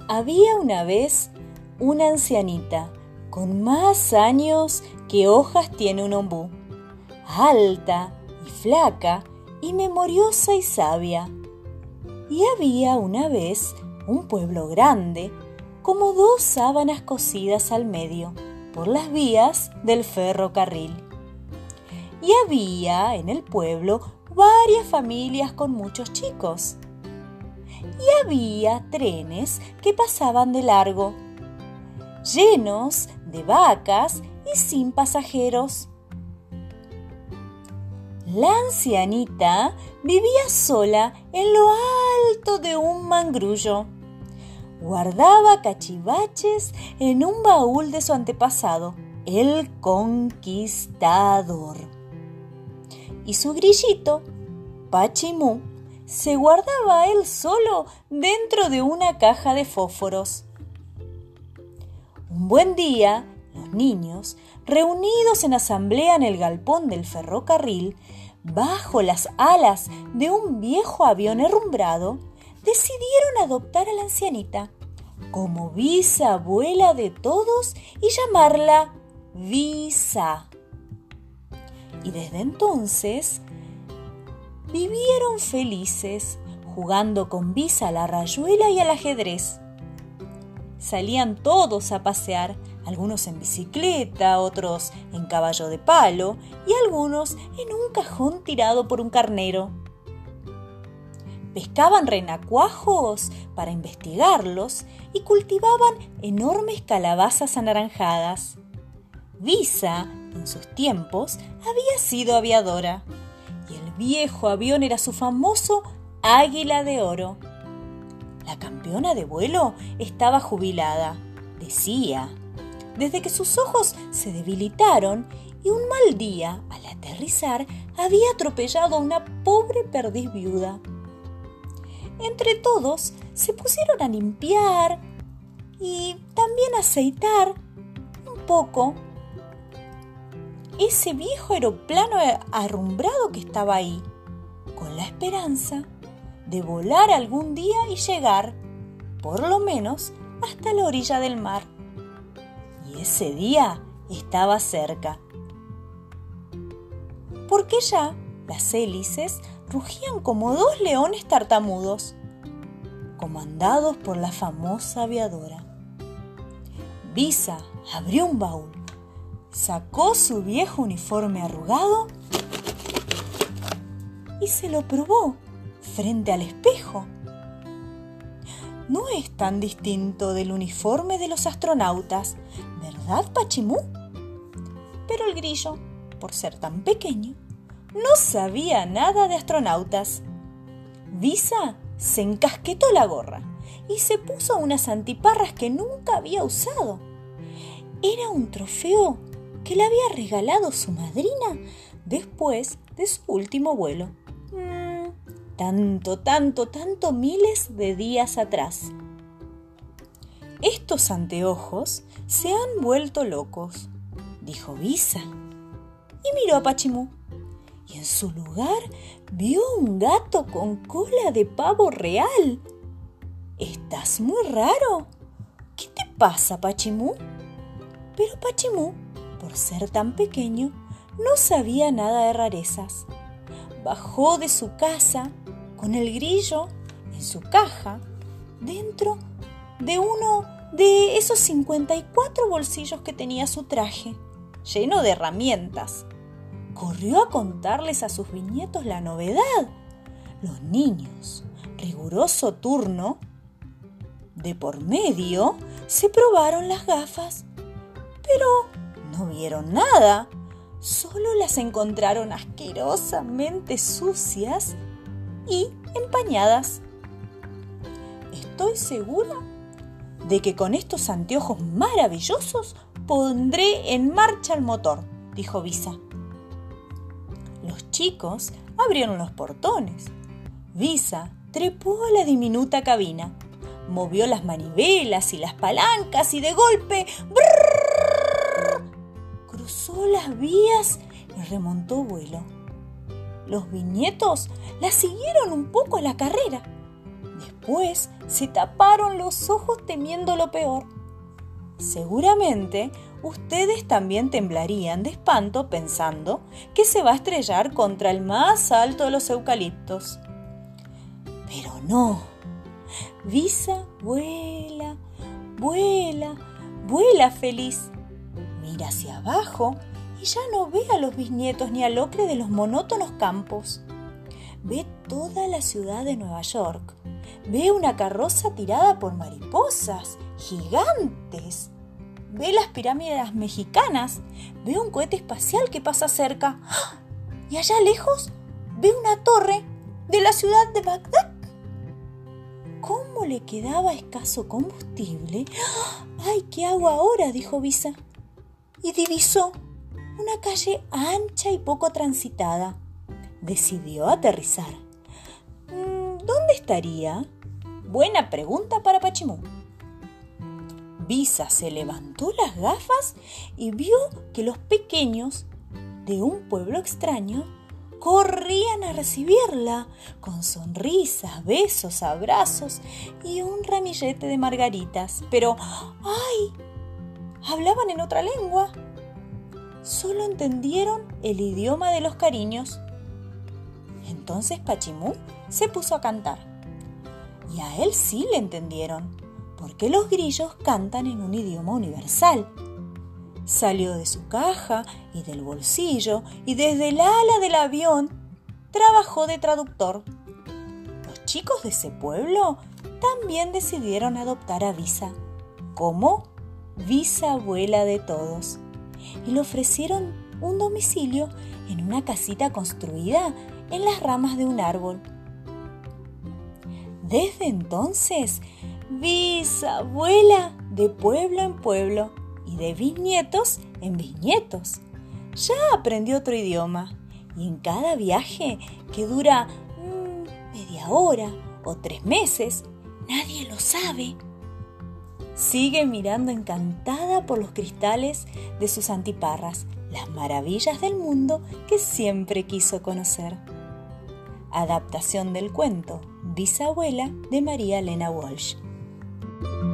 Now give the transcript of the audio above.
Había una vez una ancianita con más años que hojas tiene un ombú, alta y flaca y memoriosa y sabia. Y había una vez un pueblo grande, como 2 sábanas cosidas al medio, por las vías del ferrocarril. Y había en el pueblo varias familias con muchos chicos. Y había trenes que pasaban de largo, llenos de vacas y sin pasajeros. La ancianita vivía sola en lo alto de un mangrullo. Guardaba cachivaches en un baúl de su antepasado, el conquistador. Y su grillito, Pachimú, se guardaba él solo dentro de una caja de fósforos. Un buen día, los niños, reunidos en asamblea en el galpón del ferrocarril, bajo las alas de un viejo avión herrumbrado, decidieron adoptar a la ancianita como bisabuela de todos y llamarla Visa. Y desde entonces vivieron felices, jugando con Visa a la rayuela y al ajedrez. Salían todos a pasear, algunos en bicicleta, otros en caballo de palo y algunos en un cajón tirado por un carnero. Pescaban renacuajos para investigarlos y cultivaban enormes calabazas anaranjadas. Visa, en sus tiempos, había sido aviadora y el viejo avión era su famoso Águila de Oro. La campeona de vuelo estaba jubilada, decía, desde que sus ojos se debilitaron y un mal día, al aterrizar, había atropellado a una pobre perdiz viuda. Entre todos se pusieron a limpiar y también a aceitar un poco ese viejo aeroplano arrumbrado que estaba ahí, con la esperanza de volar algún día y llegar, por lo menos, hasta la orilla del mar. Y ese día estaba cerca, porque ya las hélices rugían como 2 leones tartamudos, comandados por la famosa aviadora. Visa abrió un baúl, sacó su viejo uniforme arrugado y se lo probó frente al espejo. No es tan distinto del uniforme de los astronautas, ¿verdad, Pachimú? Pero el grillo, por ser tan pequeño, no sabía nada de astronautas. Visa se encasquetó la gorra y se puso unas antiparras que nunca había usado. Era un trofeo que le había regalado su madrina después de su último vuelo. Tanto miles de días atrás. Estos anteojos se han vuelto locos, dijo Visa. Y miró a Pachimú. Y en su lugar vio un gato con cola de pavo real. «Estás muy raro. ¿Qué te pasa, Pachimú?» Pero Pachimú, por ser tan pequeño, no sabía nada de rarezas. Bajó de su casa con el grillo en su caja, dentro de uno de esos 54 bolsillos que tenía su traje, lleno de herramientas. Corrió a contarles a sus bisnietos la novedad. Los niños, riguroso turno de por medio, se probaron las gafas, pero no vieron nada. Solo las encontraron asquerosamente sucias y empañadas. Estoy segura de que con estos anteojos maravillosos pondré en marcha el motor, dijo Visa. Los chicos abrieron los portones. Visa trepó a la diminuta cabina, movió las manivelas y las palancas y de golpe cruzó las vías y remontó vuelo. Los bisnietos la siguieron un poco a la carrera. Después se taparon los ojos temiendo lo peor. Seguramente ustedes también temblarían de espanto pensando que se va a estrellar contra el más alto de los eucaliptos. Pero no. Visa vuela, vuela, vuela feliz. Mira hacia abajo y ya no ve a los bisnietos ni al ocre de los monótonos campos. Ve toda la ciudad de Nueva York. Ve una carroza tirada por mariposas gigantes. Ve las pirámides mexicanas. Ve un cohete espacial que pasa cerca. ¡Ah! Y allá lejos ve una torre de la ciudad de Bagdad. ¿Cómo le quedaba escaso combustible? ¡Ay, qué hago ahora!, dijo Visa. Y divisó una calle ancha y poco transitada. Decidió aterrizar. ¿Dónde estaría? Buena pregunta para Pachimú. Visa se levantó las gafas y vio que los pequeños de un pueblo extraño corrían a recibirla con sonrisas, besos, abrazos y un ramillete de margaritas. Pero, ¡ay!, hablaban en otra lengua. Solo entendieron el idioma de los cariños. Entonces Pachimú se puso a cantar. Y a él sí le entendieron, porque los grillos cantan en un idioma universal. Salió de su caja y del bolsillo y desde el ala del avión trabajó de traductor. Los chicos de ese pueblo también decidieron adoptar a Visa como bisabuela de todos y le ofrecieron un domicilio en una casita construida en las ramas de un árbol. Desde entonces, Visa vuela de pueblo en pueblo y de bisnietos en bisnietos. Ya aprendió otro idioma y en cada viaje que dura media hora o 3 meses, nadie lo sabe. Sigue mirando encantada por los cristales de sus antiparras, las maravillas del mundo que siempre quiso conocer. Adaptación del cuento Bisabuela de María Elena Walsh.